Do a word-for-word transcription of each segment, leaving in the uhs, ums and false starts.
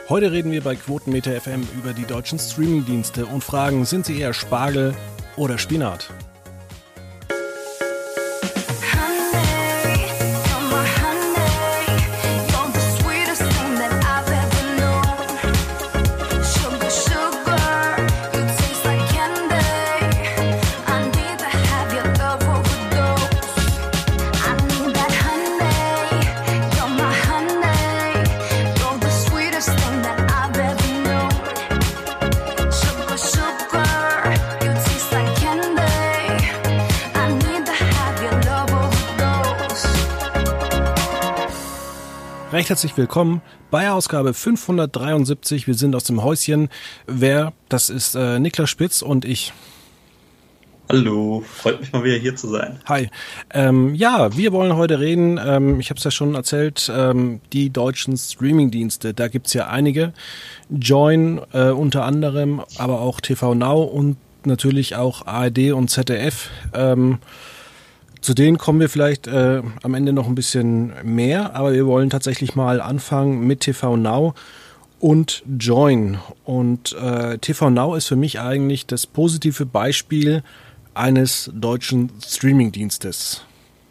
Heute reden wir bei Quotenmeter F M über die deutschen Streamingdienste und fragen, sind sie eher Spargel oder Spinat? Recht herzlich willkommen bei Ausgabe fünfhundertdreiundsiebzig. Wir sind aus dem Häuschen. Wer? Das ist äh, Niklas Spitz und ich. Hallo, freut mich mal wieder hier zu sein. Hi. Ähm, ja, wir wollen heute reden, ähm, ich habe es ja schon erzählt, ähm, die deutschen Streamingdienste. Da gibt's ja einige. Join äh, unter anderem, aber auch T V Now und natürlich auch A R D und Z D F. Ähm, Zu denen kommen wir vielleicht äh, am Ende noch ein bisschen mehr, aber wir wollen tatsächlich mal anfangen mit T V Now und Join. Und äh, T V Now ist für mich eigentlich das positive Beispiel eines deutschen Streamingdienstes.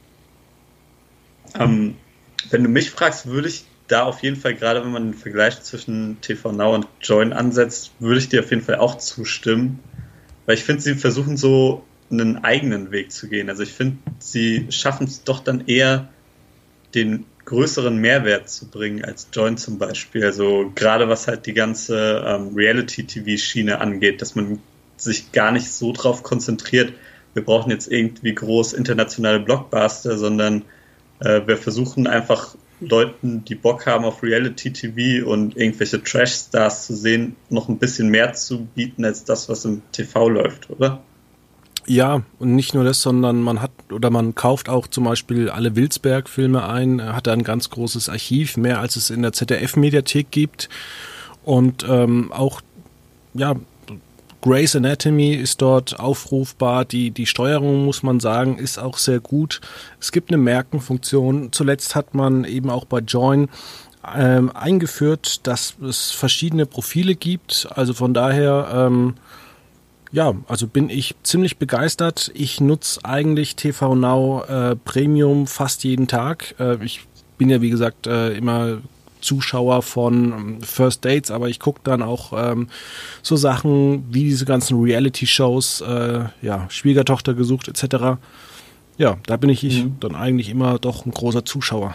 Ähm, wenn du mich fragst, würde ich da auf jeden Fall, gerade wenn man den Vergleich zwischen T V Now und Join ansetzt, würde ich dir auf jeden Fall auch zustimmen. Weil ich finde, sie versuchen so einen eigenen Weg zu gehen. Also ich finde, sie schaffen es doch dann eher, den größeren Mehrwert zu bringen als Join zum Beispiel. Also gerade was halt die ganze ähm, Reality-T V-Schiene angeht, dass man sich gar nicht so drauf konzentriert, wir brauchen jetzt irgendwie groß internationale Blockbuster, sondern äh, wir versuchen einfach Leuten, die Bock haben auf Reality-T V und irgendwelche Trash-Stars zu sehen, noch ein bisschen mehr zu bieten als das, was im T V läuft, oder? Ja, und nicht nur das, sondern man hat oder man kauft auch zum Beispiel alle Wilsberg-Filme ein, hat da ein ganz großes Archiv, mehr als es in der Z D F-Mediathek gibt. Und ähm, auch, ja, Grey's Anatomy ist dort aufrufbar. Die, die Steuerung, muss man sagen, ist auch sehr gut. Es gibt eine Merkenfunktion. Zuletzt hat man eben auch bei Join ähm, eingeführt, dass es verschiedene Profile gibt. Also von daher ähm, Ja, also bin ich ziemlich begeistert. Ich nutze eigentlich T V Now äh, Premium fast jeden Tag. Äh, ich bin ja, wie gesagt, äh, immer Zuschauer von ähm, First Dates, aber ich gucke dann auch ähm, so Sachen wie diese ganzen Reality-Shows, äh, ja, Schwiegertochter gesucht et cetera. Ja, da bin ich, ich mhm. dann eigentlich immer doch ein großer Zuschauer.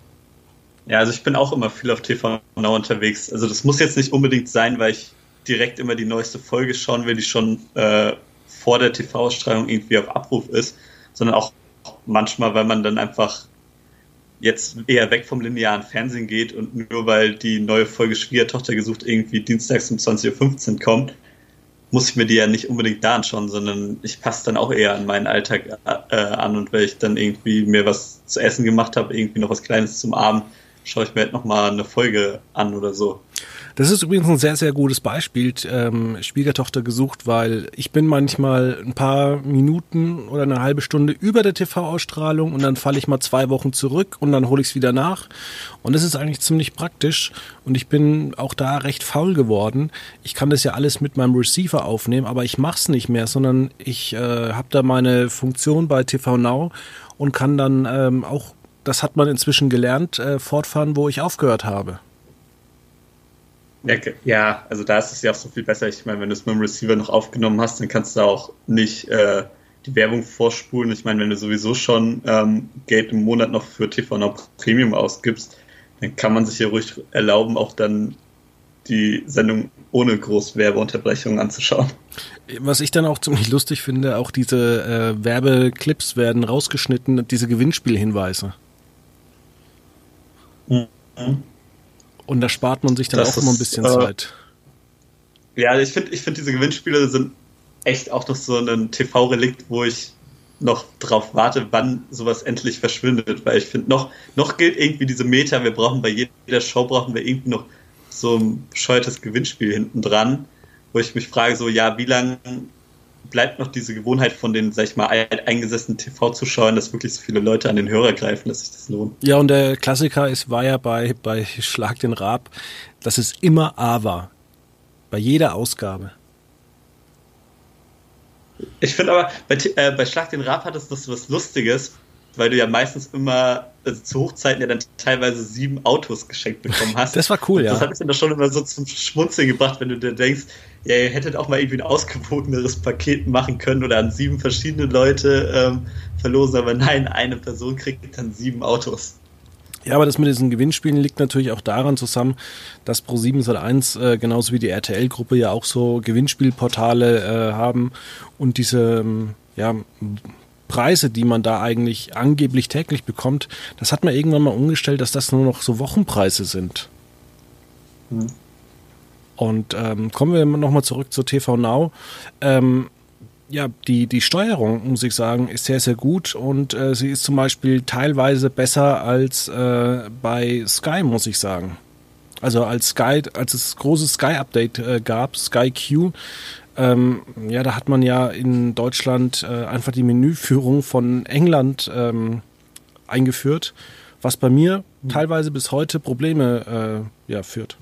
Ja, also ich bin auch immer viel auf T V Now unterwegs. Also das muss jetzt nicht unbedingt sein, weil ich direkt immer die neueste Folge schauen will, die schon äh, vor der T V-Ausstrahlung irgendwie auf Abruf ist, sondern auch manchmal, weil man dann einfach jetzt eher weg vom linearen Fernsehen geht und nur weil die neue Folge Schwiegertochter gesucht irgendwie dienstags um zwanzig Uhr fünfzehn kommt, muss ich mir die ja nicht unbedingt da anschauen, sondern ich passe dann auch eher an meinen Alltag äh, an und wenn ich dann irgendwie mir was zu essen gemacht habe, irgendwie noch was Kleines zum Abend, schaue ich mir halt nochmal eine Folge an oder so. Das ist übrigens ein sehr, sehr gutes Beispiel, ähm, Schwiegertochter gesucht, weil ich bin manchmal ein paar Minuten oder eine halbe Stunde über der T V-Ausstrahlung und dann falle ich mal zwei Wochen zurück und dann hole ich es wieder nach. Und das ist eigentlich ziemlich praktisch und ich bin auch da recht faul geworden. Ich kann das ja alles mit meinem Receiver aufnehmen, aber ich mache es nicht mehr, sondern ich äh, habe da meine Funktion bei T V Now und kann dann ähm, auch, das hat man inzwischen gelernt, äh, fortfahren, wo ich aufgehört habe. Ja, also da ist es ja auch so viel besser. Ich meine, wenn du es mit dem Receiver noch aufgenommen hast, dann kannst du auch nicht äh, die Werbung vorspulen. Ich meine, wenn du sowieso schon ähm, Geld im Monat noch für T V Now Premium ausgibst, dann kann man sich ja ruhig erlauben, auch dann die Sendung ohne groß Werbeunterbrechungen anzuschauen. Was ich dann auch ziemlich lustig finde, auch diese äh, Werbeclips werden rausgeschnitten, diese Gewinnspielhinweise. Mhm. Und da spart man sich dann das auch immer ein bisschen ist, Zeit. Äh, ja, ich finde, ich finde diese Gewinnspiele sind echt auch noch so ein T V-Relikt, wo ich noch drauf warte, wann sowas endlich verschwindet, weil ich finde, noch, noch gilt irgendwie diese Meta, wir brauchen bei jeder Show brauchen wir irgendwie noch so ein bescheuertes Gewinnspiel hinten dran, wo ich mich frage, so, ja, wie lange bleibt noch diese Gewohnheit von den, sag ich mal, eingesessenen T V-Zuschauern, dass wirklich so viele Leute an den Hörer greifen, dass sich das lohnt. Ja, und der Klassiker ist, war ja bei, bei Schlag den Raab, dass es immer A war. Bei jeder Ausgabe. Ich finde aber, bei, äh, bei Schlag den Raab hat es das was Lustiges, weil du ja meistens immer, also zu Hochzeiten ja dann teilweise sieben Autos geschenkt bekommen hast. Das war cool, und ja. Das hat mich dann schon immer so zum Schmunzeln gebracht, wenn du dir denkst, ja, ihr hättet auch mal irgendwie ein ausgewogeneres Paket machen können oder an sieben verschiedene Leute ähm, verlosen, aber nein, eine Person kriegt dann sieben Autos. Ja, aber das mit diesen Gewinnspielen liegt natürlich auch daran zusammen, dass ProSieben Sat eins äh, genauso wie die R T L-Gruppe ja auch so Gewinnspielportale äh, haben und diese ähm, ja, Preise, die man da eigentlich angeblich täglich bekommt, das hat man irgendwann mal umgestellt, dass das nur noch so Wochenpreise sind. Hm. Und ähm, kommen wir nochmal zurück zu T V Now. Ähm, ja, die, die Steuerung, muss ich sagen, ist sehr, sehr gut und äh, sie ist zum Beispiel teilweise besser als äh, bei Sky, muss ich sagen. Also als Sky, als es großes Sky-Update äh, gab, Sky Q, ähm, ja, da hat man ja in Deutschland äh, einfach die Menüführung von England ähm, eingeführt, was bei mir mhm. teilweise bis heute Probleme äh, ja, führt.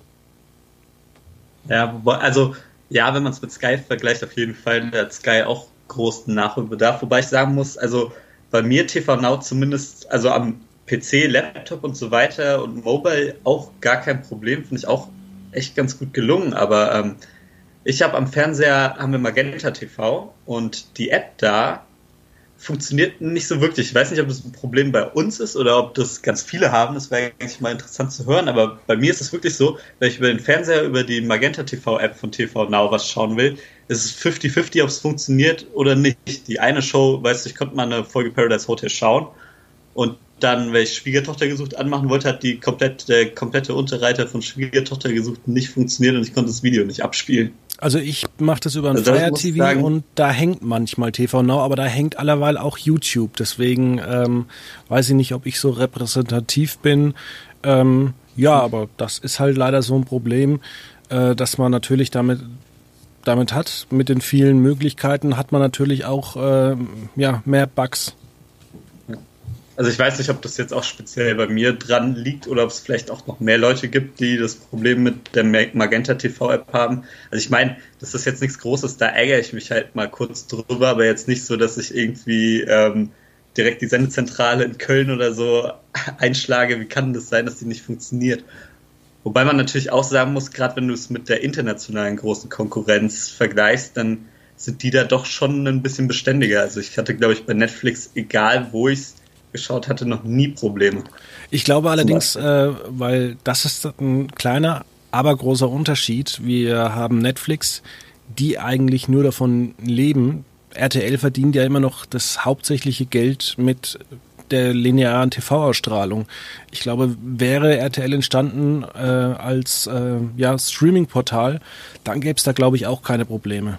Ja, also ja, wenn man es mit Sky vergleicht, auf jeden Fall, da hat Sky auch großen Nachholbedarf. Wobei ich sagen muss, also bei mir T V Now zumindest, also am P C, Laptop und so weiter und Mobile auch gar kein Problem, finde ich auch echt ganz gut gelungen. Aber ähm, ich habe am Fernseher, haben wir Magenta T V und die App da funktioniert nicht so wirklich. Ich weiß nicht, ob das ein Problem bei uns ist oder ob das ganz viele haben. Das wäre eigentlich mal interessant zu hören. Aber bei mir ist es wirklich so, wenn ich über den Fernseher, über die Magenta T V-App von T V Now was schauen will, ist es fünfzig fünfzig, ob es funktioniert oder nicht. Die eine Show, weißt du, ich konnte mal eine Folge Paradise Hotel schauen und dann, wenn ich Schwiegertochter gesucht anmachen wollte, hat die komplett, der komplette Unterreiter von Schwiegertochter gesucht nicht funktioniert und ich konnte das Video nicht abspielen. Also ich mache das über ein also Fire T V sagen, und da hängt manchmal T V Now, aber da hängt allerweil auch YouTube. Deswegen ähm, weiß ich nicht, ob ich so repräsentativ bin. Ähm, ja, aber das ist halt leider so ein Problem, äh, dass man natürlich damit damit hat. Mit den vielen Möglichkeiten hat man natürlich auch äh, ja, mehr Bugs. Also ich weiß nicht, ob das jetzt auch speziell bei mir dran liegt oder ob es vielleicht auch noch mehr Leute gibt, die das Problem mit der Magenta T V-App haben. Also ich meine, das ist jetzt nichts Großes, da ärgere ich mich halt mal kurz drüber, aber jetzt nicht so, dass ich irgendwie ähm, direkt die Sendezentrale in Köln oder so einschlage. Wie kann das sein, dass die nicht funktioniert? Wobei man natürlich auch sagen muss, gerade wenn du es mit der internationalen großen Konkurrenz vergleichst, dann sind die da doch schon ein bisschen beständiger. Also ich hatte, glaube ich, bei Netflix, egal wo ich es geschaut hatte, noch nie Probleme. Ich glaube allerdings, äh, weil das ist ein kleiner, aber großer Unterschied. Wir haben Netflix, die eigentlich nur davon leben. R T L verdient ja immer noch das hauptsächliche Geld mit der linearen T V-Ausstrahlung. Ich glaube, wäre R T L entstanden äh, als äh, ja, Streaming-Portal, dann gäbe es da, glaube ich, auch keine Probleme.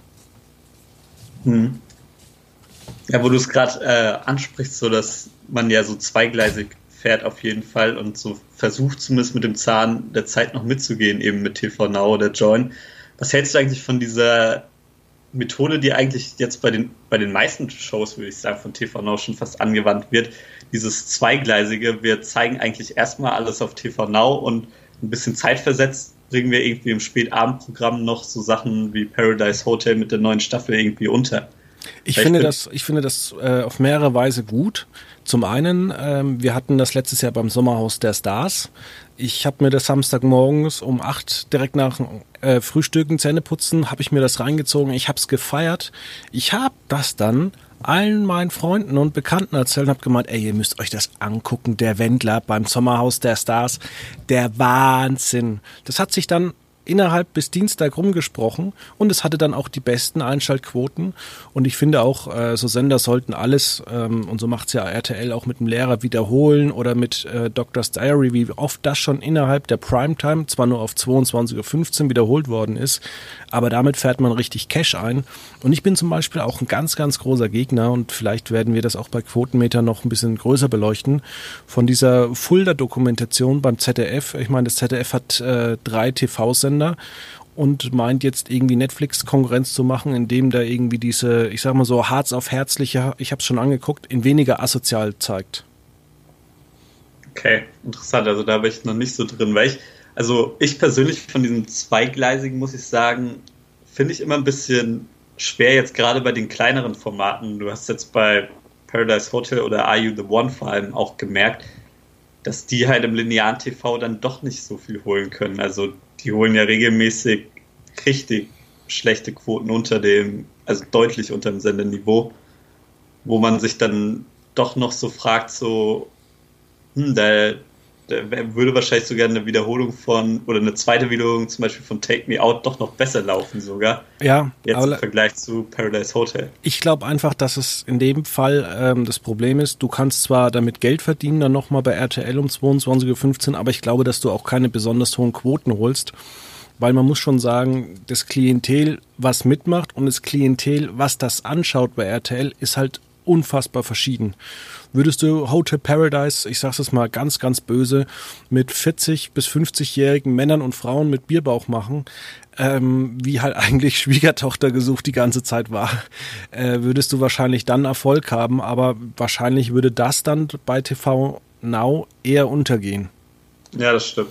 Hm. Ja, wo du es gerade äh, ansprichst, so dass man ja so zweigleisig fährt auf jeden Fall und so versucht zumindest mit dem Zahn der Zeit noch mitzugehen, eben mit T V Now oder Join. Was hältst du eigentlich von dieser Methode, die eigentlich jetzt bei den, bei den meisten Shows, würde ich sagen, von T V Now schon fast angewandt wird? Dieses zweigleisige, wir zeigen eigentlich erstmal alles auf T V Now und ein bisschen zeitversetzt bringen wir irgendwie im Spätabendprogramm noch so Sachen wie Paradise Hotel mit der neuen Staffel irgendwie unter. Ich finde das, ich finde das äh, auf mehrere Weise gut. Zum einen, ähm, wir hatten das letztes Jahr beim Sommerhaus der Stars. Ich habe mir das Samstagmorgens um acht direkt nach äh, Frühstücken, Zähneputzen, habe ich mir das reingezogen. Ich habe es gefeiert. Ich habe das dann allen meinen Freunden und Bekannten erzählt und habe gemeint, ey, ihr müsst euch das angucken. Der Wendler beim Sommerhaus der Stars, der Wahnsinn. Das hat sich dann innerhalb bis Dienstag rumgesprochen und es hatte dann auch die besten Einschaltquoten und ich finde auch, äh, so Sender sollten alles, ähm, und so macht's ja R T L auch mit dem Lehrer wiederholen oder mit äh, Doctor's Diary, wie oft das schon innerhalb der Primetime, zwar nur auf zweiundzwanzig Uhr fünfzehn wiederholt worden ist, aber damit fährt man richtig Cash ein und ich bin zum Beispiel auch ein ganz, ganz großer Gegner und vielleicht werden wir das auch bei Quotenmeter noch ein bisschen größer beleuchten, von dieser Fulda-Dokumentation beim Z D F. Ich meine, das Z D F hat äh, drei T V-Sender und meint jetzt irgendwie Netflix Konkurrenz zu machen, indem da irgendwie diese, ich sag mal so, Harz auf Herzliche, ich habe es schon angeguckt, in weniger asozial zeigt. Okay, interessant. Also da bin ich noch nicht so drin, weil ich, also ich persönlich von diesem Zweigleisigen, muss ich sagen, finde ich immer ein bisschen schwer, jetzt gerade bei den kleineren Formaten. Du hast jetzt bei Paradise Hotel oder Are You the One vor allem auch gemerkt, dass die halt im linearen T V dann doch nicht so viel holen können. Also die holen ja regelmäßig richtig schlechte Quoten unter dem, also deutlich unter dem Sendeniveau, wo man sich dann doch noch so fragt, so, hm, da, da würde wahrscheinlich sogar eine Wiederholung von, oder eine zweite Wiederholung zum Beispiel von Take Me Out doch noch besser laufen sogar. Ja. Jetzt im Vergleich zu Paradise Hotel. Ich glaube einfach, dass es in dem Fall ähm, das Problem ist, du kannst zwar damit Geld verdienen, dann nochmal bei R T L um zweiundzwanzig Uhr fünfzehn, aber ich glaube, dass du auch keine besonders hohen Quoten holst, weil man muss schon sagen, das Klientel, was mitmacht und das Klientel, was das anschaut bei R T L, ist halt unfassbar verschieden. Würdest du Hotel Paradise, ich sag's jetzt mal ganz, ganz böse, mit vierzig- bis fünfzigjährigen Männern und Frauen mit Bierbauch machen, ähm, wie halt eigentlich Schwiegertochter gesucht die ganze Zeit war, äh, würdest du wahrscheinlich dann Erfolg haben, aber wahrscheinlich würde das dann bei T V Now eher untergehen. Ja, das stimmt.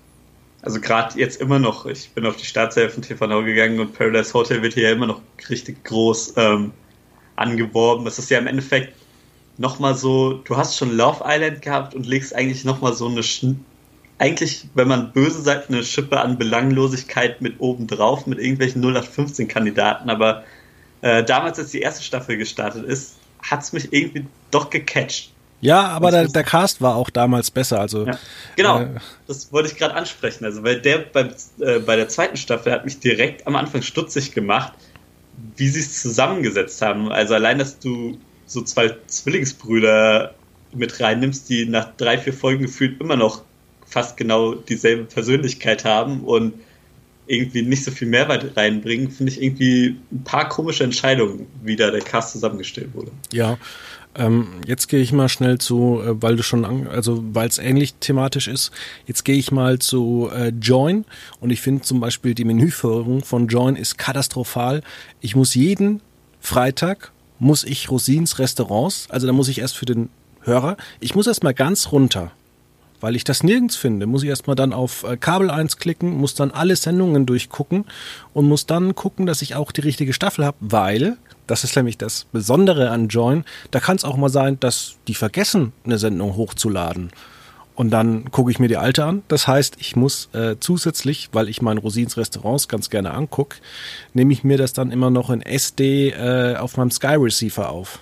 Also gerade jetzt immer noch, ich bin auf die Startseite von T V Now gegangen und Paradise Hotel wird hier ja immer noch richtig groß ähm, angeworben. Es ist ja im Endeffekt nochmal so, du hast schon Love Island gehabt und legst eigentlich nochmal so eine, Sch- eigentlich, wenn man böse sagt, eine Schippe an Belanglosigkeit mit oben drauf, mit irgendwelchen null acht fünfzehn Kandidaten, aber äh, damals, als die erste Staffel gestartet ist, hat es mich irgendwie doch gecatcht. Ja, aber der, der Cast war auch damals besser. Also ja, genau, äh, das wollte ich gerade ansprechen. Also weil der beim, äh, bei der zweiten Staffel hat mich direkt am Anfang stutzig gemacht, wie sie es zusammengesetzt haben. Also allein, dass du so zwei Zwillingsbrüder mit reinnimmst, die nach drei, vier Folgen gefühlt immer noch fast genau dieselbe Persönlichkeit haben und irgendwie nicht so viel Mehrwert reinbringen, finde ich irgendwie ein paar komische Entscheidungen, wie da der Cast zusammengestellt wurde. Ja, ähm, jetzt gehe ich mal schnell zu, äh, weil du schon, an, also weil es ähnlich thematisch ist, jetzt gehe ich mal zu äh, Join und ich finde zum Beispiel die Menüführung von Join ist katastrophal. Ich muss jeden Freitag, muss ich Rosins Restaurants, also da muss ich erst für den Hörer, ich muss erst mal ganz runter, weil ich das nirgends finde, muss ich erstmal dann auf äh, Kabel eins klicken, muss dann alle Sendungen durchgucken und muss dann gucken, dass ich auch die richtige Staffel habe, weil, das ist nämlich das Besondere an Join, da kann es auch mal sein, dass die vergessen, eine Sendung hochzuladen. Und dann gucke ich mir die alte an. Das heißt, ich muss äh, zusätzlich, weil ich mein Rosins Restaurants ganz gerne angucke, nehme ich mir das dann immer noch in S D äh, auf meinem Sky Receiver auf.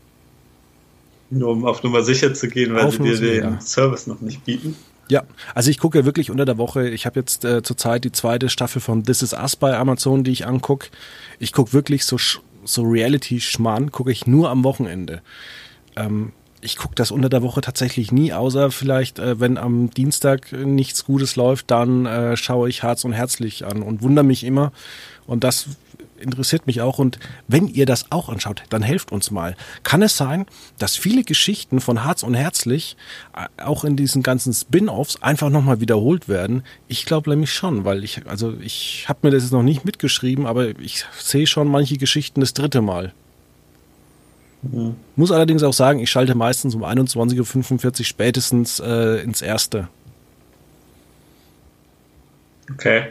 Nur um auf Nummer sicher zu gehen, weil auf sie dir sicher, den ja. Service noch nicht bieten. Ja, also ich gucke ja wirklich unter der Woche. Ich habe jetzt äh, zurzeit die zweite Staffel von This Is Us bei Amazon, die ich angucke. Ich gucke wirklich so, so Reality-Schmarrn, gucke ich nur am Wochenende. Ähm, ich gucke das unter der Woche tatsächlich nie, außer vielleicht, äh, wenn am Dienstag nichts Gutes läuft, dann äh, schaue ich Harz und Herzlich an und wundere mich immer. Und das interessiert mich auch. Und wenn ihr das auch anschaut, dann helft uns mal. Kann es sein, dass viele Geschichten von Harz und Herzlich äh, auch in diesen ganzen Spin-Offs einfach nochmal wiederholt werden? Ich glaube nämlich schon, weil ich, also ich habe mir das jetzt noch nicht mitgeschrieben, aber ich sehe schon manche Geschichten das dritte Mal. Mhm. Muss allerdings auch sagen, ich schalte meistens um einundzwanzig Uhr fünfundvierzig spätestens äh, ins Erste. Okay.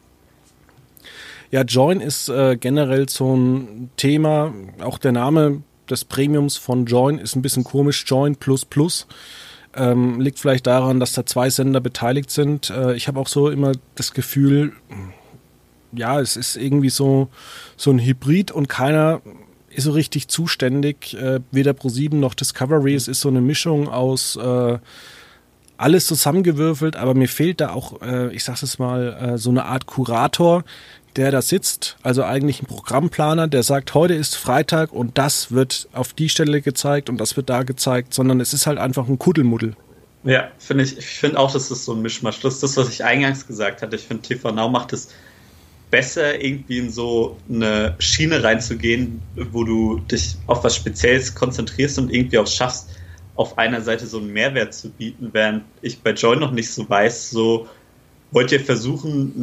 Ja, Join ist äh, generell so ein Thema, auch der Name des Premiums von Join ist ein bisschen komisch, Join plus plus. Ähm, liegt vielleicht daran, dass da zwei Sender beteiligt sind. Äh, ich habe auch so immer das Gefühl, ja, es ist irgendwie so, so ein Hybrid und keiner ist so richtig zuständig, äh, weder ProSieben noch Discovery. Es ist so eine Mischung aus äh, alles zusammengewürfelt, aber mir fehlt da auch, äh, ich sag's jetzt mal, äh, so eine Art Kurator, der da sitzt, also eigentlich ein Programmplaner, der sagt, heute ist Freitag und das wird auf die Stelle gezeigt und das wird da gezeigt, sondern es ist halt einfach ein Kuddelmuddel. Ja, finde ich, ich finde auch, das ist so ein Mischmasch. Das ist das, was ich eingangs gesagt hatte. Ich finde, T V Now macht es besser, irgendwie in so eine Schiene reinzugehen, wo du dich auf was Spezielles konzentrierst und irgendwie auch schaffst, auf einer Seite so einen Mehrwert zu bieten, während ich bei Join noch nicht so weiß, so wollt ihr versuchen,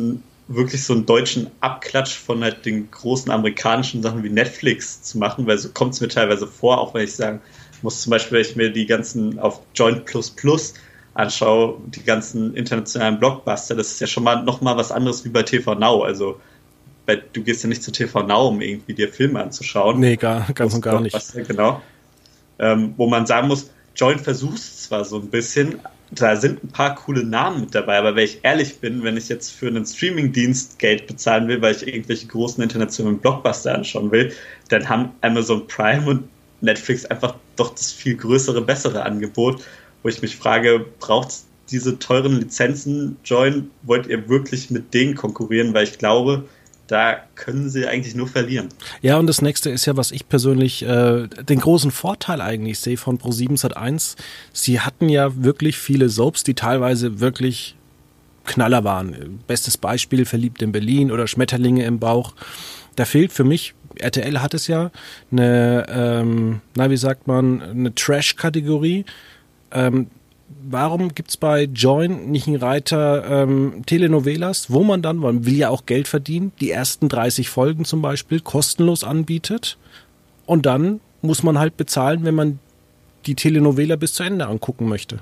wirklich so einen deutschen Abklatsch von halt den großen amerikanischen Sachen wie Netflix zu machen, weil so kommt es mir teilweise vor, auch wenn ich sagen muss, zum Beispiel, wenn ich mir die ganzen auf Joint Plus Plus anschaue, die ganzen internationalen Blockbuster, das ist ja schon mal noch mal was anderes wie bei T V Now, also bei, du gehst ja nicht zu T V Now, um irgendwie dir Filme anzuschauen. Nee, gar, ganz und gar nicht. Genau. Ähm, wo man sagen muss, Joint versucht es zwar so ein bisschen, da sind ein paar coole Namen mit dabei, aber wenn ich ehrlich bin, wenn ich jetzt für einen Streaming-Dienst Geld bezahlen will, weil ich irgendwelche großen internationalen Blockbuster anschauen will, dann haben Amazon Prime und Netflix einfach doch das viel größere, bessere Angebot, wo ich mich frage, braucht es diese teuren Lizenzen? Join, wollt ihr wirklich mit denen konkurrieren? Weil ich glaube, da können sie eigentlich nur verlieren. Ja, und das nächste ist ja, was ich persönlich äh, den großen Vorteil eigentlich sehe von ProSieben Sat eins. Sie hatten ja wirklich viele Soaps, die teilweise wirklich Knaller waren. Bestes Beispiel, Verliebt in Berlin oder Schmetterlinge im Bauch. Da fehlt für mich, R T L hat es ja, eine, ähm, na wie sagt man, eine Trash-Kategorie. Ähm, Warum gibt's bei Join nicht einen Reiter ähm, Telenovelas, wo man dann, man will ja auch Geld verdienen, die ersten dreißig Folgen zum Beispiel kostenlos anbietet und dann muss man halt bezahlen, wenn man die Telenovela bis zu Ende angucken möchte.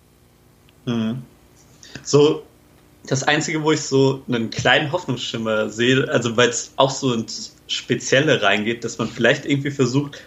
Mhm. So, das Einzige, wo ich so einen kleinen Hoffnungsschimmer sehe, also weil es auch so ins Spezielle reingeht, dass man vielleicht irgendwie versucht,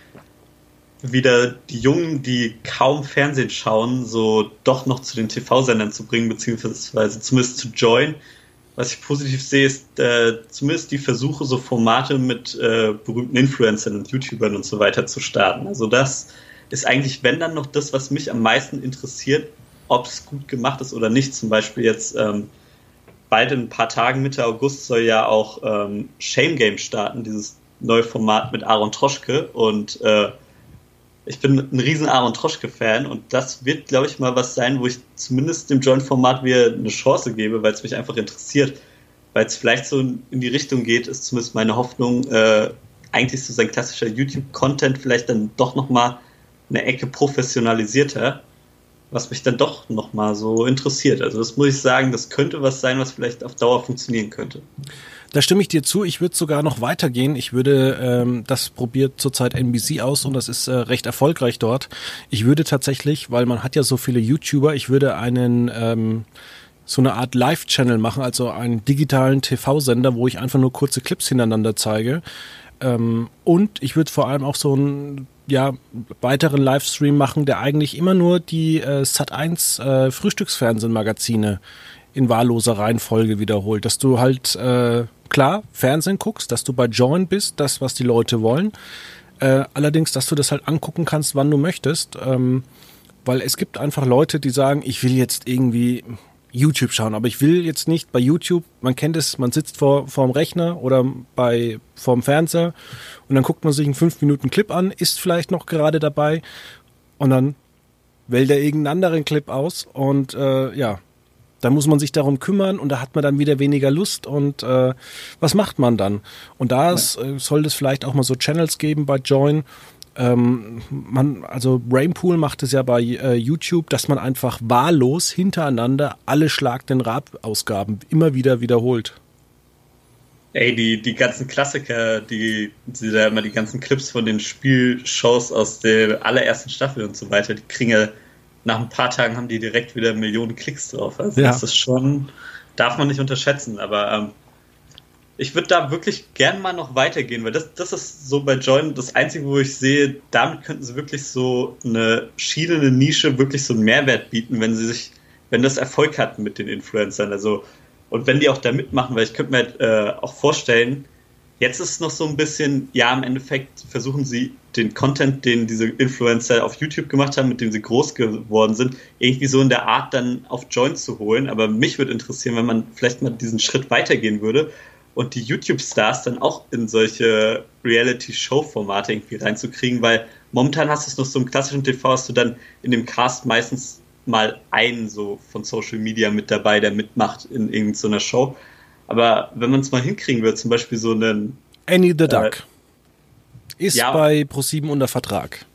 wieder die Jungen, die kaum Fernsehen schauen, so doch noch zu den T V-Sendern zu bringen, beziehungsweise zumindest zu Join. Was ich positiv sehe, ist äh, zumindest die Versuche, so Formate mit äh, berühmten Influencern und YouTubern und so weiter zu starten. Also das ist eigentlich, wenn dann noch das, was mich am meisten interessiert, ob es gut gemacht ist oder nicht. Zum Beispiel jetzt ähm, bald in ein paar Tagen, Mitte August, soll ja auch ähm, Shame Game starten, dieses neue Format mit Aaron Troschke, und äh, ich bin ein riesen Aaron Troschke-Fan und das wird, glaube ich, mal was sein, wo ich zumindest dem Joint-Format wieder eine Chance gebe, weil es mich einfach interessiert. Weil es vielleicht so in die Richtung geht, ist zumindest meine Hoffnung, äh, eigentlich so sein klassischer YouTube-Content vielleicht dann doch nochmal eine Ecke professionalisierter, was mich dann doch nochmal so interessiert. Also das muss ich sagen, das könnte was sein, was vielleicht auf Dauer funktionieren könnte. Da stimme ich dir zu. Ich würde sogar noch weitergehen. Ich würde, ähm, das probiert zurzeit N B C aus und das ist äh, recht erfolgreich dort. Ich würde tatsächlich, weil man hat ja so viele YouTuber, ich würde einen ähm, so eine Art Live-Channel machen, also einen digitalen T V-Sender, wo ich einfach nur kurze Clips hintereinander zeige. Ähm, und ich würde vor allem auch so einen ja, weiteren Livestream machen, der eigentlich immer nur die äh, Sat eins äh, Frühstücksfernsehen-Magazine in wahlloser Reihenfolge wiederholt, dass du halt äh, klar Fernsehen guckst, dass du bei Join bist, das, was die Leute wollen, äh, allerdings, dass du das halt angucken kannst, wann du möchtest, ähm, weil es gibt einfach Leute, die sagen, ich will jetzt irgendwie YouTube schauen, aber ich will jetzt nicht bei YouTube, man kennt es, man sitzt vor vorm Rechner oder bei vorm Fernseher und dann guckt man sich einen fünf Minuten Clip an, ist vielleicht noch gerade dabei und dann wählt er irgendeinen anderen Clip aus und äh, ja, da muss man sich darum kümmern und da hat man dann wieder weniger Lust und äh, was macht man dann? Und da ist, äh, soll es vielleicht auch mal so Channels geben bei Join. Ähm, man, also Brainpool macht es ja bei äh, YouTube, dass man einfach wahllos hintereinander alle Schlag den Rab-Ausgaben immer wieder wiederholt. Ey, die, die ganzen Klassiker, die, die da immer die ganzen Clips von den Spielshows aus der allerersten Staffel und so weiter, die kriegen ja nach ein paar Tagen haben die direkt wieder Millionen Klicks drauf. Also ja. Das ist schon, darf man nicht unterschätzen. Aber ähm, ich würde da wirklich gern mal noch weitergehen, weil das, das ist so bei Join das Einzige, wo ich sehe, damit könnten sie wirklich so eine schielende Nische, wirklich so einen Mehrwert bieten, wenn sie sich, wenn das Erfolg hat mit den Influencern. Also, und wenn die auch da mitmachen, weil ich könnte mir halt, äh, auch vorstellen, jetzt ist es noch so ein bisschen, ja, im Endeffekt versuchen sie den Content, den diese Influencer auf YouTube gemacht haben, mit dem sie groß geworden sind, irgendwie so in der Art dann auf Join zu holen. Aber mich würde interessieren, wenn man vielleicht mal diesen Schritt weitergehen würde und die YouTube-Stars dann auch in solche Reality-Show-Formate irgendwie reinzukriegen, weil momentan hast du es noch so im klassischen T V, hast du dann in dem Cast meistens mal einen so von Social Media mit dabei, der mitmacht in irgendeiner Show. Aber wenn man es mal hinkriegen würde, zum Beispiel so einen Annie the Duck äh, ist ja, bei ProSieben unter Vertrag.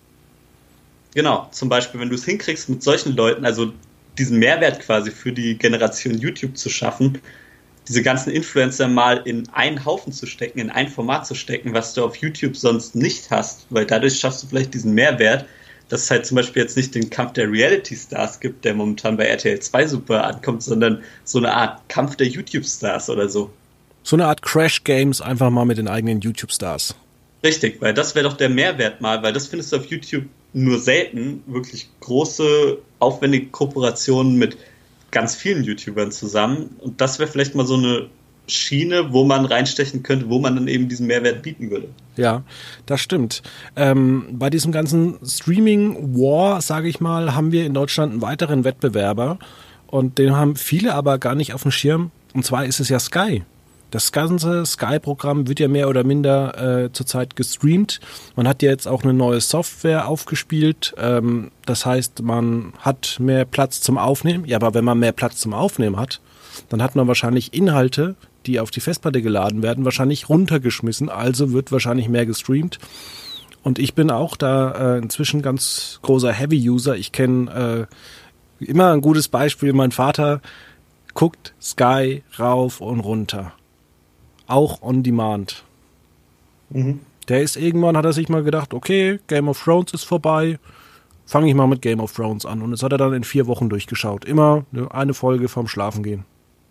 Genau, zum Beispiel, wenn du es hinkriegst, mit solchen Leuten, also diesen Mehrwert quasi für die Generation YouTube zu schaffen, diese ganzen Influencer mal in einen Haufen zu stecken, in ein Format zu stecken, was du auf YouTube sonst nicht hast, weil dadurch schaffst du vielleicht diesen Mehrwert, dass es halt zum Beispiel jetzt nicht den Kampf der Reality-Stars gibt, der momentan bei R T L zwei super ankommt, sondern so eine Art Kampf der YouTube-Stars oder so. So eine Art Crash-Games einfach mal mit den eigenen YouTube-Stars. Richtig, weil das wäre doch der Mehrwert mal, weil das findest du auf YouTube nur selten, wirklich große, aufwendige Kooperationen mit ganz vielen YouTubern zusammen. Und das wäre vielleicht mal so eine Schiene, wo man reinstechen könnte, wo man dann eben diesen Mehrwert bieten würde. Ja, das stimmt. Ähm, bei diesem ganzen Streaming-War, sage ich mal, haben wir in Deutschland einen weiteren Wettbewerber und den haben viele aber gar nicht auf dem Schirm. Und zwar ist es ja Sky. Das ganze Sky-Programm wird ja mehr oder minder äh, zurzeit gestreamt. Man hat ja jetzt auch eine neue Software aufgespielt. Ähm, das heißt, man hat mehr Platz zum Aufnehmen. Ja, aber wenn man mehr Platz zum Aufnehmen hat, dann hat man wahrscheinlich Inhalte, die auf die Festplatte geladen werden, wahrscheinlich runtergeschmissen. Also wird wahrscheinlich mehr gestreamt. Und ich bin auch da äh, inzwischen ganz großer Heavy-User. Ich kenne äh, immer ein gutes Beispiel. Mein Vater guckt Sky rauf und runter. Auch on demand. Mhm. Der ist irgendwann, hat er sich mal gedacht, okay, Game of Thrones ist vorbei, fange ich mal mit Game of Thrones an. Und das hat er dann in vier Wochen durchgeschaut. Immer eine Folge vorm Schlafengehen.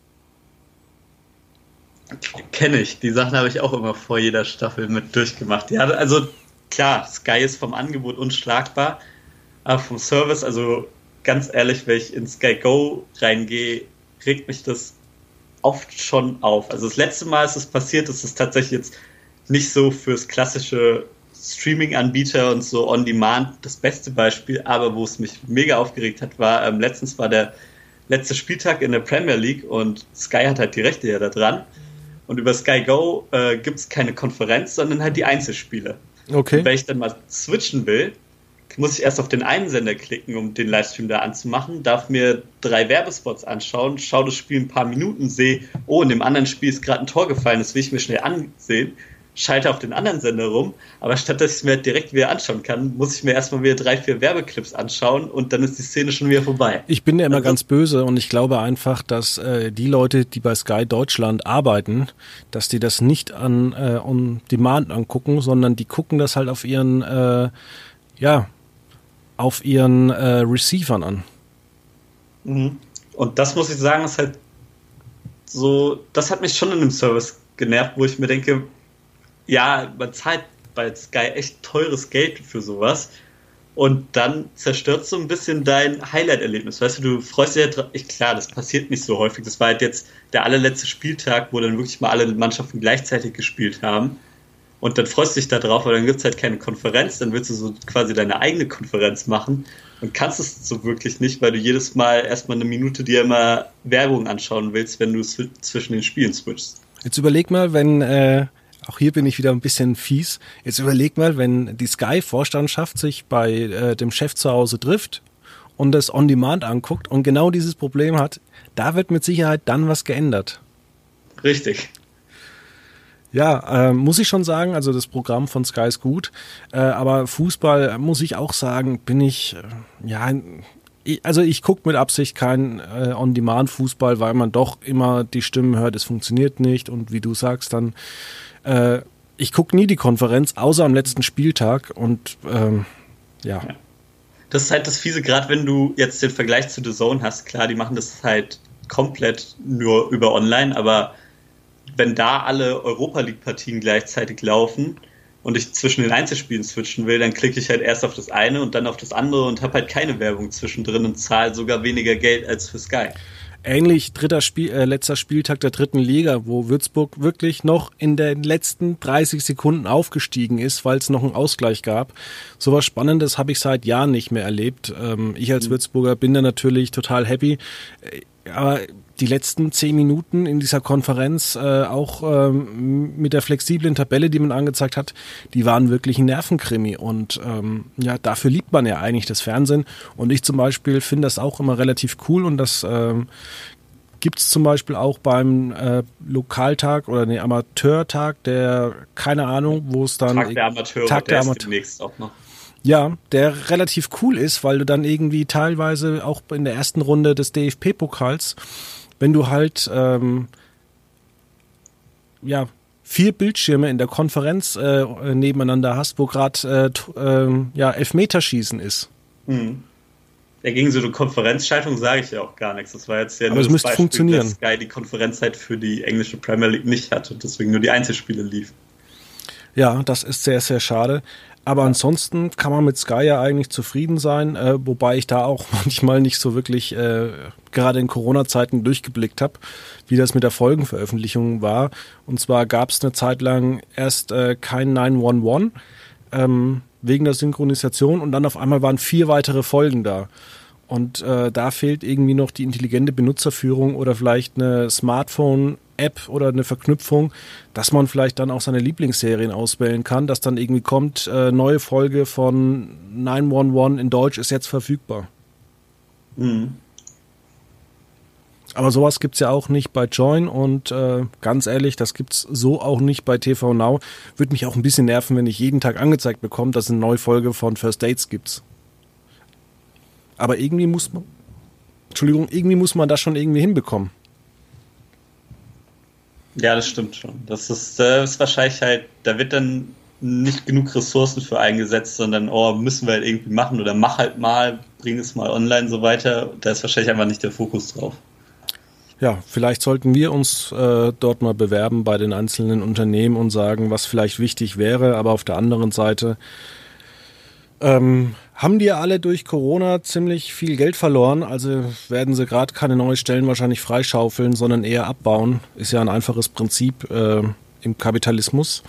Kenne ich. Die Sachen habe ich auch immer vor jeder Staffel mit durchgemacht. Ja, also klar, Sky ist vom Angebot unschlagbar, aber vom Service, also ganz ehrlich, wenn ich in Sky Go reingehe, regt mich das oft schon auf. Also das letzte Mal, als es passiert ist, ist tatsächlich jetzt nicht so fürs klassische Streaming-Anbieter und so On-Demand das beste Beispiel, aber wo es mich mega aufgeregt hat, war, ähm, letztens war der letzte Spieltag in der Premier League und Sky hat halt die Rechte ja da dran. Und über Sky Go äh, gibt es keine Konferenz, sondern halt die Einzelspiele. Okay. Und wenn ich dann mal switchen will, muss ich erst auf den einen Sender klicken, um den Livestream da anzumachen, darf mir drei Werbespots anschauen, schaue das Spiel ein paar Minuten, sehe, oh, in dem anderen Spiel ist gerade ein Tor gefallen, das will ich mir schnell ansehen, schalte auf den anderen Sender rum, aber statt dass ich mir direkt wieder anschauen kann, muss ich mir erstmal wieder drei, vier Werbeclips anschauen und dann ist die Szene schon wieder vorbei. Ich bin ja immer ganz böse und ich glaube einfach, dass äh, die Leute, die bei Sky Deutschland arbeiten, dass die das nicht an äh, on Demand angucken, sondern die gucken das halt auf ihren äh, ja auf ihren äh, Receivern an. Mhm. Und das muss ich sagen, ist halt so, das hat mich schon in dem Service genervt, wo ich mir denke, ja, man zahlt bei Sky echt teures Geld für sowas und dann zerstört so ein bisschen dein Highlight-Erlebnis. Weißt du, du freust dich ja drauf, ich, klar, das passiert nicht so häufig. Das war halt jetzt der allerletzte Spieltag, wo dann wirklich mal alle Mannschaften gleichzeitig gespielt haben. Und dann freust du dich da drauf, weil dann gibt es halt keine Konferenz, dann willst du so quasi deine eigene Konferenz machen und kannst es so wirklich nicht, weil du jedes Mal erstmal eine Minute dir immer Werbung anschauen willst, wenn du sw- zwischen den Spielen switchst. Jetzt überleg mal, wenn, äh, auch hier bin ich wieder ein bisschen fies, jetzt überleg mal, wenn die Sky-Vorstandschaft sich bei äh, dem Chef zu Hause trifft und das On-Demand anguckt und genau dieses Problem hat, da wird mit Sicherheit dann was geändert. Richtig. Ja, äh, muss ich schon sagen, also das Programm von Sky ist gut, äh, aber Fußball, muss ich auch sagen, bin ich, äh, ja, ich, also ich gucke mit Absicht keinen äh, On-Demand-Fußball, weil man doch immer die Stimmen hört, es funktioniert nicht und wie du sagst, dann, äh, ich gucke nie die Konferenz, außer am letzten Spieltag und ähm, ja. ja. Das ist halt das Fiese, gerade wenn du jetzt den Vergleich zu The Zone hast, klar, die machen das halt komplett nur über online, aber wenn da alle Europa-League-Partien gleichzeitig laufen und ich zwischen den Einzelspielen switchen will, dann klicke ich halt erst auf das eine und dann auf das andere und habe halt keine Werbung zwischendrin und zahle sogar weniger Geld als für Sky. Ähnlich dritter Spiel, äh, letzter Spieltag der dritten Liga, wo Würzburg wirklich noch in den letzten dreißig Sekunden aufgestiegen ist, weil es noch einen Ausgleich gab. So was Spannendes habe ich seit Jahren nicht mehr erlebt. Ähm, ich als mhm. Würzburger bin da natürlich total happy. Aber die letzten zehn Minuten in dieser Konferenz, äh, auch ähm, mit der flexiblen Tabelle, die man angezeigt hat, die waren wirklich ein Nervenkrimi. Und ähm, ja, dafür liebt man ja eigentlich das Fernsehen. Und ich zum Beispiel finde das auch immer relativ cool. Und das ähm, gibt es zum Beispiel auch beim äh, Lokaltag oder nee, Amateurtag, der, keine Ahnung, wo es dann... Tag der Amateure, Tag der, der Amateure. Demnächst auch noch. Ja, der relativ cool ist, weil du dann irgendwie teilweise auch in der ersten Runde des D F B-Pokals, wenn du halt ähm, ja, vier Bildschirme in der Konferenz äh, nebeneinander hast, wo gerade äh, äh, ja, Elfmeterschießen ist. Mhm. Ja, gegen so eine Konferenzschaltung sage ich ja auch gar nichts. Das war jetzt ja Aber nur es das müsste Beispiel, funktionieren. dass Sky die Konferenzzeit für die englische Premier League nicht hatte und deswegen nur die Einzelspiele lief. Ja, das ist sehr, sehr schade. Aber ja. Ansonsten kann man mit Sky ja eigentlich zufrieden sein, äh, wobei ich da auch manchmal nicht so wirklich äh, gerade in Corona-Zeiten durchgeblickt habe, wie das mit der Folgenveröffentlichung war. Und zwar gab es eine Zeit lang erst äh, kein neun eins eins ähm, wegen der Synchronisation und dann auf einmal waren vier weitere Folgen da. Und äh, da fehlt irgendwie noch die intelligente Benutzerführung oder vielleicht eine Smartphone-App oder eine Verknüpfung, dass man vielleicht dann auch seine Lieblingsserien auswählen kann, dass dann irgendwie kommt, äh, neue Folge von neun eins eins in Deutsch ist jetzt verfügbar. Mhm. Aber sowas gibt's ja auch nicht bei Join und äh, ganz ehrlich, das gibt's so auch nicht bei T V Now. Würde mich auch ein bisschen nerven, wenn ich jeden Tag angezeigt bekomme, dass es eine neue Folge von First Dates gibt. Aber irgendwie muss man, Entschuldigung, irgendwie muss man das schon irgendwie hinbekommen. Ja, das stimmt schon. Das ist, das ist wahrscheinlich halt, da wird dann nicht genug Ressourcen für eingesetzt, sondern, oh, müssen wir halt irgendwie machen oder mach halt mal, bring es mal online, so weiter. Da ist wahrscheinlich einfach nicht der Fokus drauf. Ja, vielleicht sollten wir uns äh, dort mal bewerben bei den einzelnen Unternehmen und sagen, was vielleicht wichtig wäre, aber auf der anderen Seite ähm, haben die ja alle durch Corona ziemlich viel Geld verloren, also werden sie gerade keine neuen Stellen wahrscheinlich freischaufeln, sondern eher abbauen. Ist ja ein einfaches Prinzip äh, im Kapitalismus.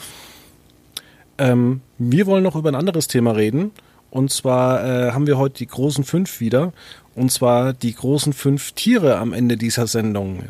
Ähm, wir wollen noch über ein anderes Thema reden. Und zwar äh, haben wir heute die großen fünf wieder. Und zwar die großen fünf Tiere am Ende dieser Sendung.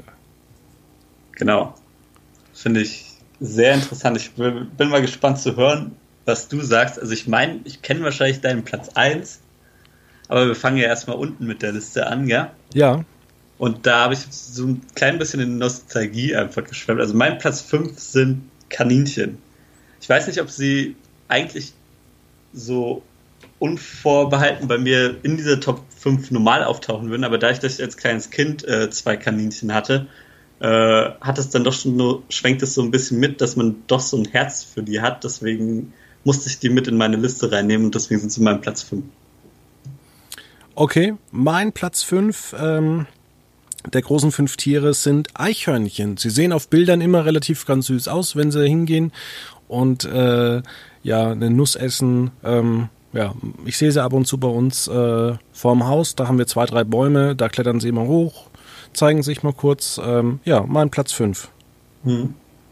Genau. Finde ich sehr interessant. Ich bin mal gespannt zu hören, was du sagst. Also ich meine, ich kenne wahrscheinlich deinen Platz eins, aber wir fangen ja erstmal unten mit der Liste an, ja? Ja. Und da habe ich so ein klein bisschen in Nostalgie einfach geschwemmt. Also mein Platz fünf sind Kaninchen. Ich weiß nicht, ob sie eigentlich so unvorbehalten bei mir in dieser Top fünf normal auftauchen würden, aber dadurch, dass ich als kleines Kind äh, zwei Kaninchen hatte, äh, hat es dann doch schon nur, schwenkt es so ein bisschen mit, dass man doch so ein Herz für die hat, deswegen musste ich die mit in meine Liste reinnehmen und deswegen sind sie mein Platz fünf. Okay, mein Platz fünf ähm, der großen fünf Tiere sind Eichhörnchen. Sie sehen auf Bildern immer relativ ganz süß aus, wenn sie hingehen und äh, ja, eine Nuss essen. Ähm, ja, ich sehe sie ab und zu bei uns äh, vorm Haus. Da haben wir zwei, drei Bäume, da klettern sie immer hoch, zeigen sich mal kurz. Ähm, ja, mein Platz fünf. Hm.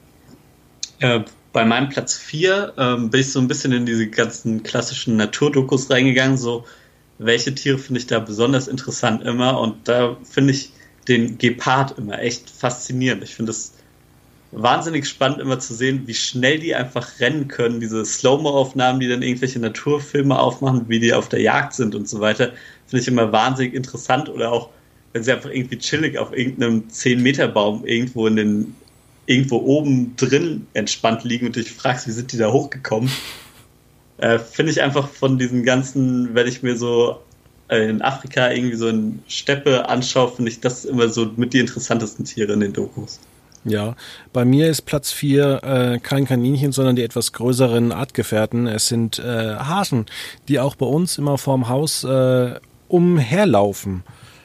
Äh, bei meinem Platz vier ähm, bin ich so ein bisschen in diese ganzen klassischen Naturdokus reingegangen, so welche Tiere finde ich da besonders interessant immer und da finde ich den Gepard immer echt faszinierend. Ich finde es wahnsinnig spannend immer zu sehen, wie schnell die einfach rennen können, diese Slow-Mo-Aufnahmen, die dann irgendwelche Naturfilme aufmachen, wie die auf der Jagd sind und so weiter, finde ich immer wahnsinnig interessant oder auch, wenn sie einfach irgendwie chillig auf irgendeinem zehn-Meter-Baum irgendwo in den irgendwo oben drin entspannt liegen und dich fragst, wie sind die da hochgekommen? Äh, finde ich einfach von diesen ganzen, wenn ich mir so äh, in Afrika irgendwie so eine Steppe anschaue, finde ich das immer so mit die interessantesten Tiere in den Dokus. Ja, bei mir ist Platz vier äh, kein Kaninchen, sondern die etwas größeren Artgefährten. Es sind äh, Hasen, die auch bei uns immer vorm Haus äh, umherlaufen.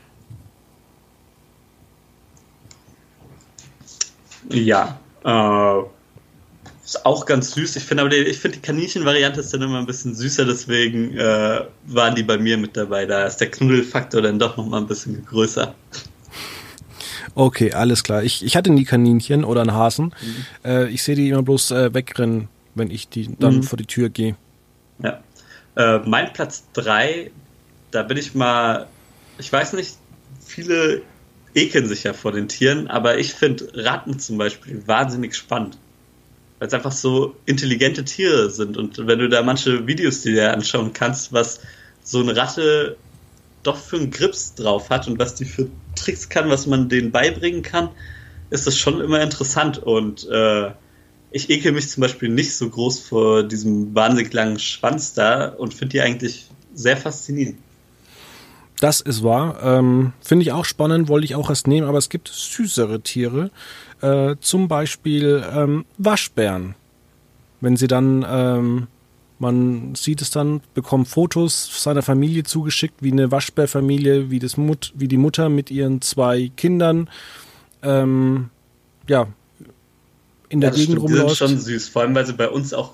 Ja, äh, ist auch ganz süß. Ich finde aber die, ich finde die Kaninchen-Variante ist dann immer ein bisschen süßer, deswegen äh, waren die bei mir mit dabei. Da ist der Knuddelfaktor dann doch nochmal ein bisschen größer. Okay, alles klar. Ich, ich hatte nie Kaninchen oder einen Hasen. Mhm. Äh, ich sehe die immer bloß äh, wegrennen, wenn ich die dann mhm. vor die Tür gehe. Ja. Äh, mein Platz drei, da bin ich mal, ich weiß nicht, viele ekeln sich ja vor den Tieren, aber ich finde Ratten zum Beispiel wahnsinnig spannend. Weil es einfach so intelligente Tiere sind und wenn du da manche Videos dir anschauen kannst, was so eine Ratte doch für einen Grips drauf hat und was die für Tricks kann, was man denen beibringen kann, ist das schon immer interessant und äh, ich ekel mich zum Beispiel nicht so groß vor diesem wahnsinnig langen Schwanz da und finde die eigentlich sehr faszinierend. Das ist wahr. Ähm, Finde ich auch spannend, wollte ich auch erst nehmen, aber es gibt süßere Tiere, äh, zum Beispiel ähm, Waschbären. Wenn sie dann, ähm, man sieht es dann, bekommt Fotos seiner Familie zugeschickt, wie eine Waschbärfamilie, wie, das Mut, wie die Mutter mit ihren zwei Kindern ähm, ja, in der Ja, das Gegend stimmt, die rumläuft. sind schon süß, vor allem weil sie bei uns auch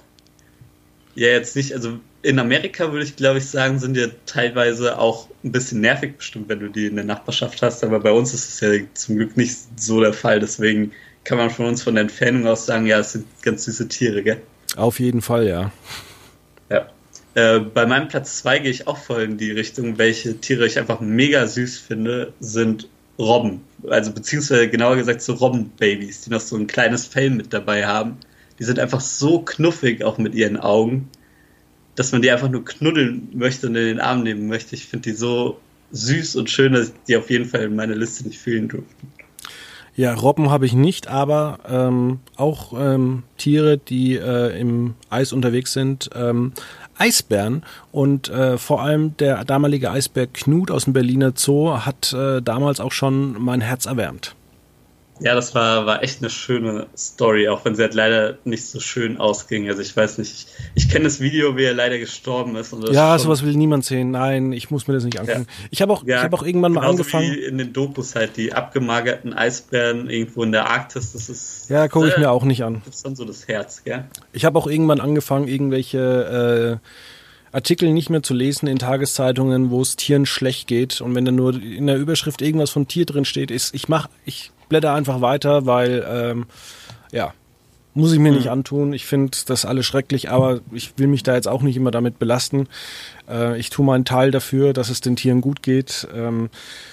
ja jetzt nicht, also in Amerika würde ich glaube ich sagen, sind ja teilweise auch ein bisschen nervig bestimmt, wenn du die in der Nachbarschaft hast, aber bei uns ist es ja zum Glück nicht so der Fall, deswegen kann man von uns von der Entfernung aus sagen, ja, es sind ganz süße Tiere, gell? Auf jeden Fall, ja. Ja. Äh, bei meinem Platz zwei gehe ich auch voll in die Richtung, welche Tiere ich einfach mega süß finde, sind Robben. Also beziehungsweise genauer gesagt so Robbenbabys, die noch so ein kleines Fell mit dabei haben. Die sind einfach so knuffig auch mit ihren Augen, dass man die einfach nur knuddeln möchte und in den Arm nehmen möchte. Ich finde die so süß und schön, dass die auf jeden Fall in meine Liste nicht fehlen durften. Ja, Robben habe ich nicht, aber ähm, auch ähm, Tiere, die äh, im Eis unterwegs sind. Ähm, Eisbären und äh, vor allem der damalige Eisbär Knut aus dem Berliner Zoo hat äh, damals auch schon mein Herz erwärmt. Ja, das war, war echt eine schöne Story, auch wenn sie halt leider nicht so schön ausging. Also ich weiß nicht, ich, ich kenne das Video, wie er leider gestorben ist. Und das ja, ist sowas will niemand sehen. Nein, ich muss mir das nicht angucken. Ja. Ich habe auch, ja, ich hab auch irgendwann mal angefangen. Wie in den Dokus halt, die abgemagerten Eisbären irgendwo in der Arktis, das ist... Ja, gucke ich mir auch nicht an. Das ist schon so das Herz, gell? Ich habe auch irgendwann angefangen, irgendwelche... Äh, Artikel nicht mehr zu lesen in Tageszeitungen, wo es Tieren schlecht geht und wenn da nur in der Überschrift irgendwas von Tier drin steht, ist, ich mach, ich blätter einfach weiter, weil, ähm, ja, muss ich mir mhm. nicht antun. Ich finde das alles schrecklich, aber ich will mich da jetzt auch nicht immer damit belasten. Äh, ich tue meinen Teil dafür, dass es den Tieren gut geht. Ähm,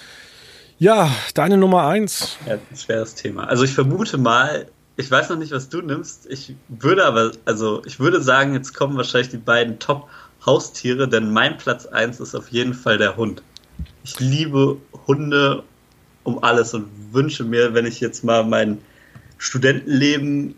ja, deine Nummer eins. Ja, das wäre das Thema. Also ich vermute mal, ich weiß noch nicht, was du nimmst. Ich würde aber, also ich würde sagen, jetzt kommen wahrscheinlich die beiden Top Haustiere, denn mein Platz eins ist auf jeden Fall der Hund. Ich liebe Hunde um alles und wünsche mir, wenn ich jetzt mal mein Studentenleben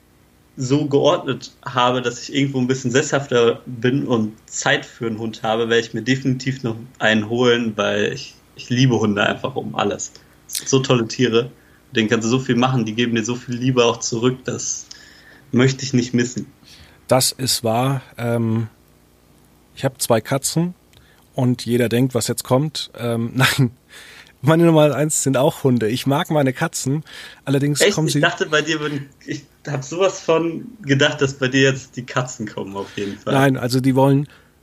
so geordnet habe, dass ich irgendwo ein bisschen sesshafter bin und Zeit für einen Hund habe, werde ich mir definitiv noch einen holen, weil ich, ich liebe Hunde einfach um alles. Das sind so tolle Tiere, mit denen kannst du so viel machen, die geben dir so viel Liebe auch zurück, das möchte ich nicht missen. Das ist wahr. Ähm Ich habe zwei Katzen und jeder denkt, was jetzt kommt. Ähm, nein, meine Nummer eins sind auch Hunde. Ich mag meine Katzen, allerdings Echt? kommen sie... Ich dachte bei dir, ich habe sowas von gedacht, dass bei dir jetzt die Katzen kommen auf jeden Fall. Nein, also die wollen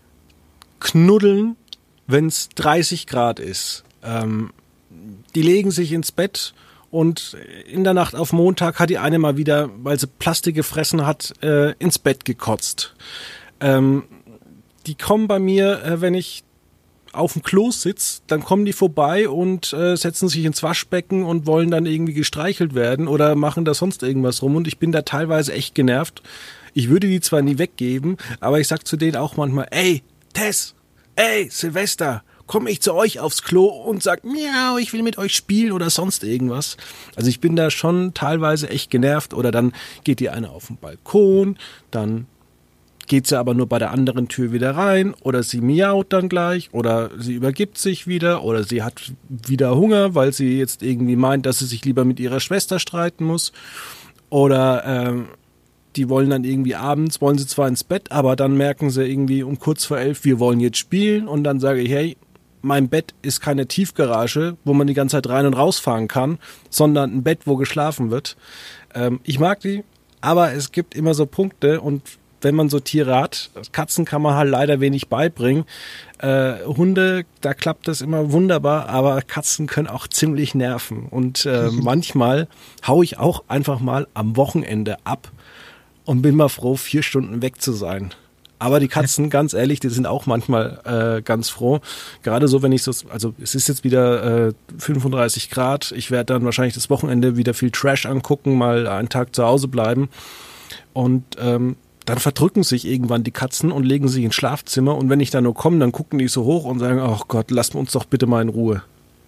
knuddeln, wenn es dreißig Grad ist. Ähm, die legen sich ins Bett und in der Nacht auf Montag hat die eine mal wieder, weil sie Plastik gefressen hat, äh, ins Bett gekotzt. Ähm, Die kommen bei mir, äh, wenn ich auf dem Klo sitze, dann kommen die vorbei und äh, setzen sich ins Waschbecken und wollen dann irgendwie gestreichelt werden oder machen da sonst irgendwas rum und ich bin da teilweise echt genervt. Ich würde die zwar nie weggeben, aber ich sag zu denen auch manchmal, ey, Tess, ey, Silvester, komme ich zu euch aufs Klo und sag, miau, ich will mit euch spielen oder sonst irgendwas. Also ich bin da schon teilweise echt genervt oder dann geht die eine auf den Balkon, dann geht sie aber nur bei der anderen Tür wieder rein oder sie miaut dann gleich oder sie übergibt sich wieder oder sie hat wieder Hunger, weil sie jetzt irgendwie meint, dass sie sich lieber mit ihrer Schwester streiten muss oder ähm, die wollen dann irgendwie abends, wollen sie zwar ins Bett, aber dann merken sie irgendwie um kurz vor elf, wir wollen jetzt spielen und dann sage ich, hey, mein Bett ist keine Tiefgarage, wo man die ganze Zeit rein und rausfahren kann, sondern ein Bett, wo geschlafen wird. Ähm, ich mag die, aber es gibt immer so Punkte und wenn man so Tiere hat, Katzen kann man halt leider wenig beibringen. Äh, Hunde, da klappt das immer wunderbar, aber Katzen können auch ziemlich nerven. Und äh, manchmal hau ich auch einfach mal am Wochenende ab und bin mal froh, vier Stunden weg zu sein. Aber die Katzen, ganz ehrlich, die sind auch manchmal äh, ganz froh. Gerade so, wenn ich so, also es ist jetzt wieder äh, fünfunddreißig Grad. Ich werde dann wahrscheinlich das Wochenende wieder viel Trash angucken, mal einen Tag zu Hause bleiben. Und ähm, dann verdrücken sich irgendwann die Katzen und legen sich ins Schlafzimmer. Und wenn ich da nur komme, dann gucken die so hoch und sagen, oh Gott, lasst uns doch bitte mal in Ruhe.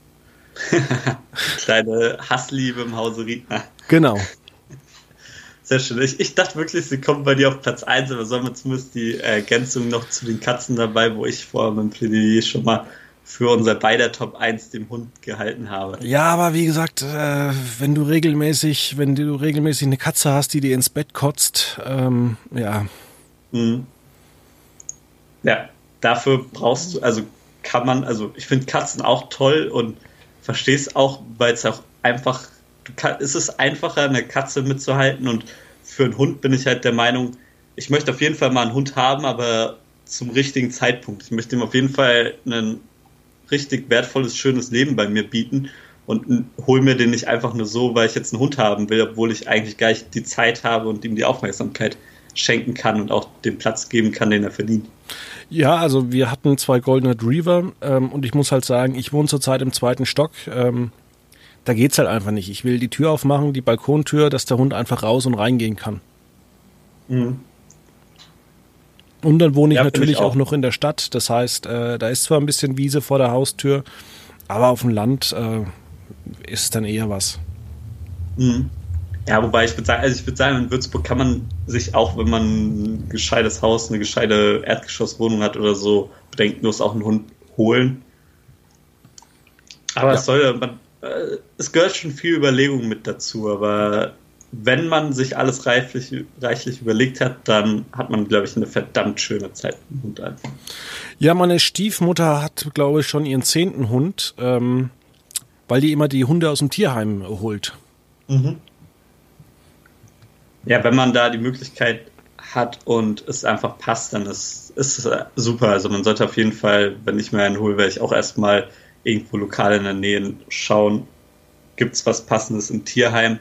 Kleine Hassliebe im Hause Riedner. Genau. Sehr schön. Ich, ich dachte wirklich, sie kommen bei dir auf Platz eins, aber so haben wir zumindest die Ergänzung noch zu den Katzen dabei, wo ich vorher mein Plädoyer schon mal für unser beider Top eins dem Hund gehalten habe. Ja, aber wie gesagt, äh, wenn du regelmäßig, wenn du regelmäßig eine Katze hast, die dir ins Bett kotzt, ähm, ja. Mhm. Ja, dafür brauchst du, also kann man, also ich finde Katzen auch toll und verstehe es auch, weil es auch einfach, du kann, ist es einfacher, eine Katze mitzuhalten, und für einen Hund bin ich halt der Meinung, ich möchte auf jeden Fall mal einen Hund haben, aber zum richtigen Zeitpunkt. Ich möchte ihm auf jeden Fall ein richtig wertvolles, schönes Leben bei mir bieten und hole mir den nicht einfach nur so, weil ich jetzt einen Hund haben will, obwohl ich eigentlich gar nicht die Zeit habe und ihm die Aufmerksamkeit schenken kann und auch den Platz geben kann, den er verdient. Ja, also wir hatten zwei Golden Retriever ähm, und ich muss halt sagen, ich wohne zurzeit im zweiten Stock. Ähm, da geht's halt einfach nicht. Ich will die Tür aufmachen, die Balkontür, dass der Hund einfach raus und reingehen kann. Mhm. Und dann wohne ich ja, natürlich ich auch. auch noch in der Stadt. Das heißt, äh, da ist zwar ein bisschen Wiese vor der Haustür, aber auf dem Land äh, ist es dann eher was. Mhm. Ja, wobei ich würde sagen, also ich würde sagen, in Würzburg kann man sich auch, wenn man ein gescheites Haus, eine gescheite Erdgeschosswohnung hat oder so, bedenkenlos auch einen Hund holen. Aber Ja. es soll, man, äh, es gehört schon viel Überlegung mit dazu, aber wenn man sich alles reichlich, reichlich überlegt hat, dann hat man, glaube ich, eine verdammt schöne Zeit mit dem Hund einfach. Ja, meine Stiefmutter hat, glaube ich, schon ihren zehnten Hund, ähm, weil die immer die Hunde aus dem Tierheim holt. Mhm. Ja, wenn man da die Möglichkeit hat und es einfach passt, dann ist es super. Also man sollte auf jeden Fall, wenn ich mir einen hole, werde ich auch erstmal irgendwo lokal in der Nähe schauen, gibt es was Passendes im Tierheim?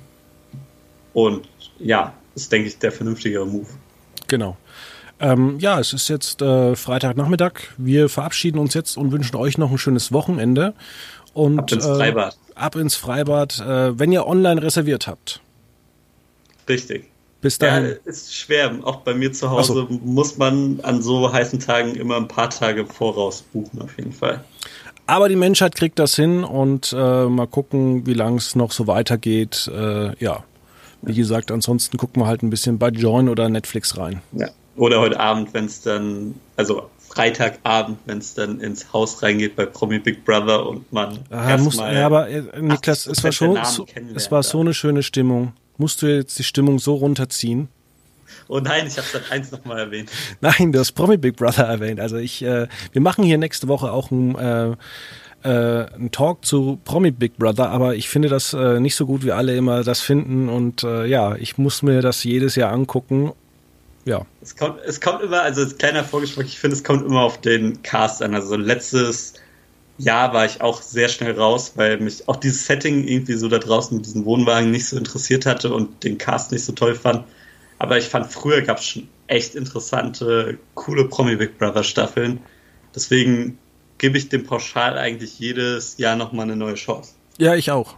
Und ja, ist, denke ich, der vernünftigere Move. Genau. Ähm, ja, es ist jetzt äh, Freitagnachmittag. Wir verabschieden uns jetzt und wünschen euch noch ein schönes Wochenende. Und, ab ins Freibad. Äh, ab ins Freibad, äh, wenn ihr online reserviert habt. Richtig. Bis dahin. Ja, ist schwer. Auch bei mir zu Hause so. Muss man an so heißen Tagen immer ein paar Tage voraus buchen, auf jeden Fall. Aber die Menschheit kriegt das hin und äh, mal gucken, wie lang es noch so weitergeht. Äh, ja, wie gesagt, ansonsten gucken wir halt ein bisschen bei Join oder Netflix rein. Ja. Oder heute Abend, wenn es dann, also Freitagabend, wenn es dann ins Haus reingeht bei Promi Big Brother und man ah, muss, ja, aber äh, Niklas, es war schon, so, es war so eine schöne Stimmung. Musst du jetzt die Stimmung so runterziehen? Oh nein, ich habe Sat eins nochmal erwähnt. Nein, du hast Promi Big Brother erwähnt. Also ich, äh, wir machen hier nächste Woche auch ein äh, äh, einen Talk zu Promi Big Brother, aber ich finde das äh, nicht so gut, wie alle immer das finden, und äh, ja, ich muss mir das jedes Jahr angucken. Ja. Es kommt, es kommt immer, also als kleiner Vorgeschmack, ich finde, es kommt immer auf den Cast an. Also letztes Jahr war ich auch sehr schnell raus, weil mich auch dieses Setting irgendwie so da draußen mit diesem Wohnwagen nicht so interessiert hatte und den Cast nicht so toll fand. Aber ich fand, früher gab es schon echt interessante, coole Promi Big Brother Staffeln. Deswegen gebe ich dem pauschal eigentlich jedes Jahr nochmal eine neue Chance. Ja, ich auch.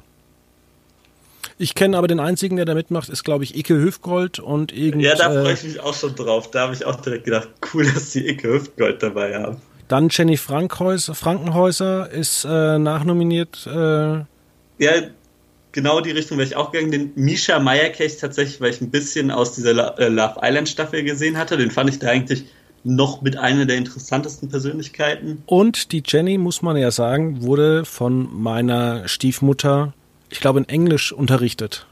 Ich kenne aber den einzigen, der da mitmacht, ist, glaube ich, Icke Hüftgold und irgend. Ja, da freue äh, ich mich auch schon drauf. Da habe ich auch direkt gedacht, cool, dass die Icke Hüftgold dabei haben. Dann Jenny Frankhäuser, Frankenhäuser ist äh, nachnominiert. Äh, ja, genau die Richtung wäre ich auch gegangen. Den Misha Meyerkech tatsächlich, weil ich ein bisschen aus dieser Love Island Staffel gesehen hatte. Den fand ich da eigentlich noch mit einer der interessantesten Persönlichkeiten. Und die Jenny, muss man ja sagen, wurde von meiner Stiefmutter, ich glaube, in Englisch unterrichtet.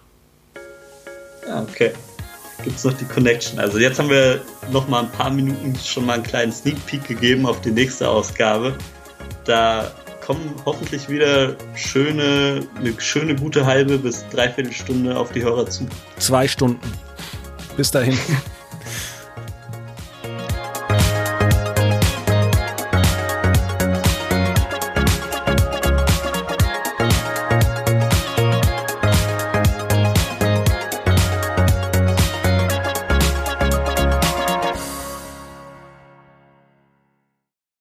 Ah, okay. Gibt es noch die Connection. Also jetzt haben wir noch mal ein paar Minuten schon mal einen kleinen Sneak Peek gegeben auf die nächste Ausgabe. Da kommen hoffentlich wieder schöne, eine schöne gute halbe bis dreiviertel Stunde auf die Hörer zu. Zwei Stunden. Bis dahin.